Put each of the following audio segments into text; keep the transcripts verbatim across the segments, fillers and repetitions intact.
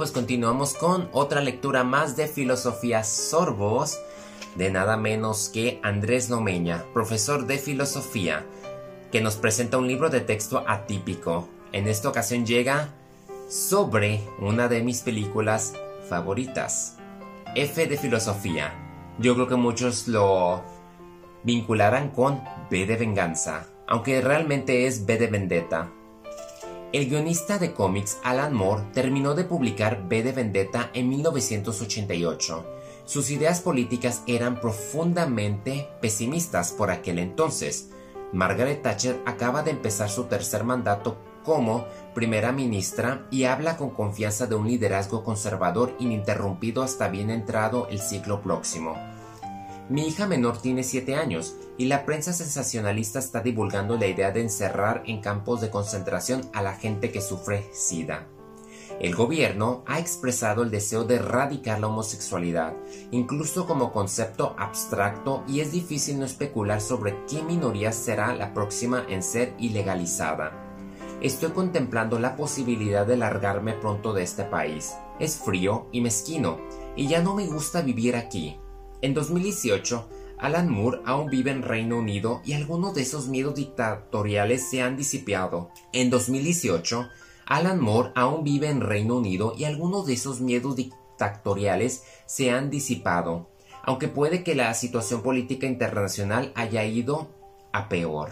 pues continuamos con otra lectura más de Filosofía Sorbos, de nada menos que Andrés Lomeña, profesor de filosofía, que nos presenta un libro de texto atípico. En esta ocasión llega sobre una de mis películas favoritas, F de Filosofía. Yo creo que muchos lo vincularán con V de Venganza, aunque realmente es V de Vendetta. El guionista de cómics Alan Moore terminó de publicar V de Vendetta en mil novecientos ochenta y ocho. Sus ideas políticas eran profundamente pesimistas por aquel entonces. Margaret Thatcher acaba de empezar su tercer mandato como primera ministra y habla con confianza de un liderazgo conservador ininterrumpido hasta bien entrado el siglo próximo. Mi hija menor tiene siete años y la prensa sensacionalista está divulgando la idea de encerrar en campos de concentración a la gente que sufre SIDA. El gobierno ha expresado el deseo de erradicar la homosexualidad, incluso como concepto abstracto, y es difícil no especular sobre qué minoría será la próxima en ser ilegalizada. Estoy contemplando la posibilidad de largarme pronto de este país. Es frío y mezquino, y ya no me gusta vivir aquí. En dos mil dieciocho, Alan Moore aún vive en Reino Unido y algunos de esos miedos dictatoriales se han disipado. En dos mil dieciocho, Alan Moore aún vive en Reino Unido y algunos de esos miedos dictatoriales se han disipado, aunque puede que la situación política internacional haya ido a peor.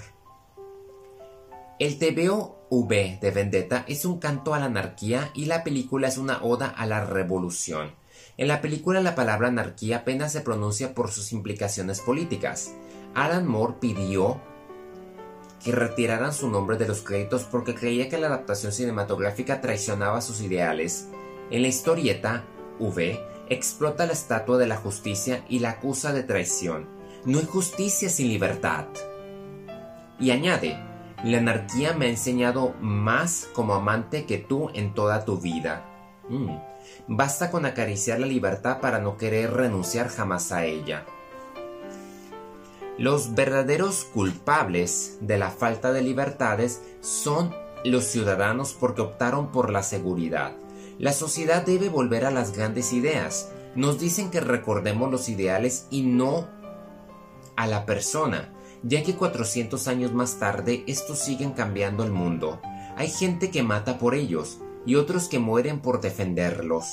El T V O V de Vendetta es un canto a la anarquía y la película es una oda a la revolución. En la película la palabra anarquía apenas se pronuncia por sus implicaciones políticas. Alan Moore pidió que retiraran su nombre de los créditos porque creía que la adaptación cinematográfica traicionaba sus ideales. En la historieta, V explota la estatua de la justicia y la acusa de traición. No hay justicia sin libertad. Y añade, la anarquía me ha enseñado más como amante que tú en toda tu vida. Mm. Basta con acariciar la libertad para no querer renunciar jamás a ella. Los verdaderos culpables de la falta de libertades son los ciudadanos porque optaron por la seguridad. La sociedad debe volver a las grandes ideas. Nos dicen que recordemos los ideales y no a la persona, ya que cuatrocientos años más tarde estos siguen cambiando el mundo. Hay gente que mata por ellos y otros que mueren por defenderlos.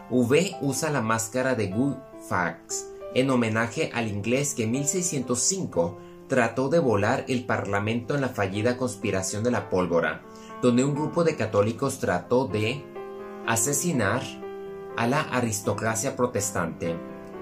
V usa la máscara de Guy Fawkes en homenaje al inglés que en mil seiscientos cinco trató de volar el parlamento en la fallida conspiración de la pólvora, donde un grupo de católicos trató de asesinar a la aristocracia protestante.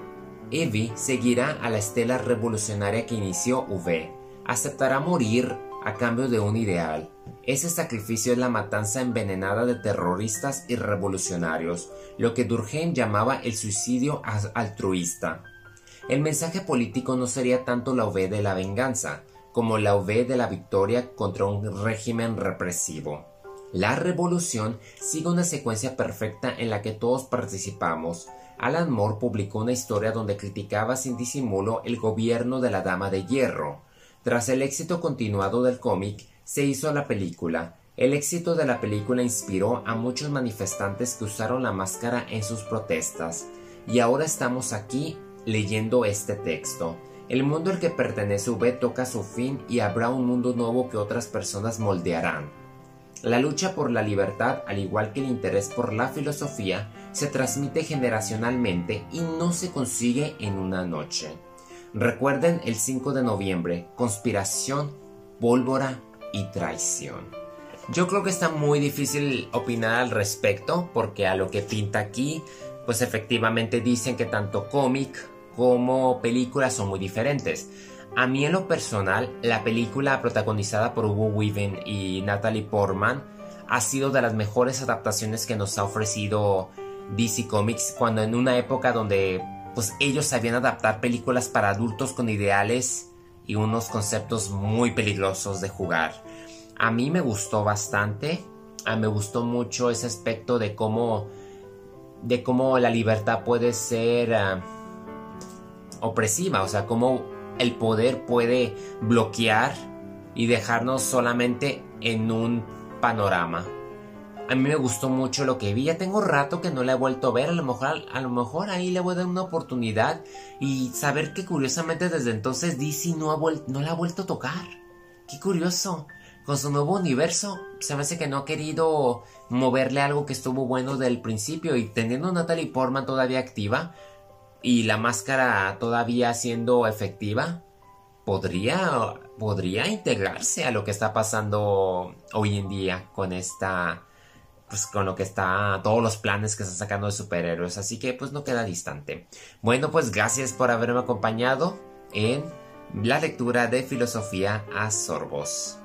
Evie seguirá a la estela revolucionaria que inició V. Aceptará morir a cambio de un ideal. Ese sacrificio es la matanza envenenada de terroristas y revolucionarios, lo que Durkheim llamaba el suicidio altruista. El mensaje político no sería tanto la V de la venganza, como la V de la victoria contra un régimen represivo. La revolución sigue una secuencia perfecta en la que todos participamos. Alan Moore publicó una historia donde criticaba sin disimulo el gobierno de la Dama de Hierro. Tras el éxito continuado del cómic, se hizo la película. El éxito de la película inspiró a muchos manifestantes que usaron la máscara en sus protestas. Y ahora estamos aquí leyendo este texto. El mundo al que pertenece V toca su fin y habrá un mundo nuevo que otras personas moldearán. La lucha por la libertad, al igual que el interés por la filosofía, se transmite generacionalmente y no se consigue en una noche. Recuerden el cinco de noviembre, conspiración, pólvora y traición. Yo creo que está muy difícil opinar al respecto, porque a lo que pinta aquí, pues efectivamente dicen que tanto cómic como película son muy diferentes. A mí en lo personal, la película protagonizada por Hugo Weaving y Natalie Portman ha sido de las mejores adaptaciones que nos ha ofrecido D C Comics, cuando en una época donde pues ellos sabían adaptar películas para adultos con ideales y unos conceptos muy peligrosos de jugar. A mí me gustó bastante, a mí me gustó mucho ese aspecto de cómo, de cómo la libertad puede ser uh, opresiva, o sea, cómo el poder puede bloquear y dejarnos solamente en un panorama. A mí me gustó mucho lo que vi. Ya tengo rato que no la he vuelto a ver. A lo mejor, a lo mejor ahí le voy a dar una oportunidad. Y saber que curiosamente desde entonces D C no, ha vuel- no la ha vuelto a tocar. Qué curioso. Con su nuevo universo, se me hace que no ha querido moverle algo que estuvo bueno del principio. Y teniendo a Natalie Portman todavía activa y la máscara todavía siendo efectiva, podría, podría integrarse a lo que está pasando hoy en día con esta, pues con lo que está, todos los planes que está sacando de superhéroes. Así que pues no queda distante. Bueno, pues gracias por haberme acompañado en la lectura de Filosofía a Sorbos.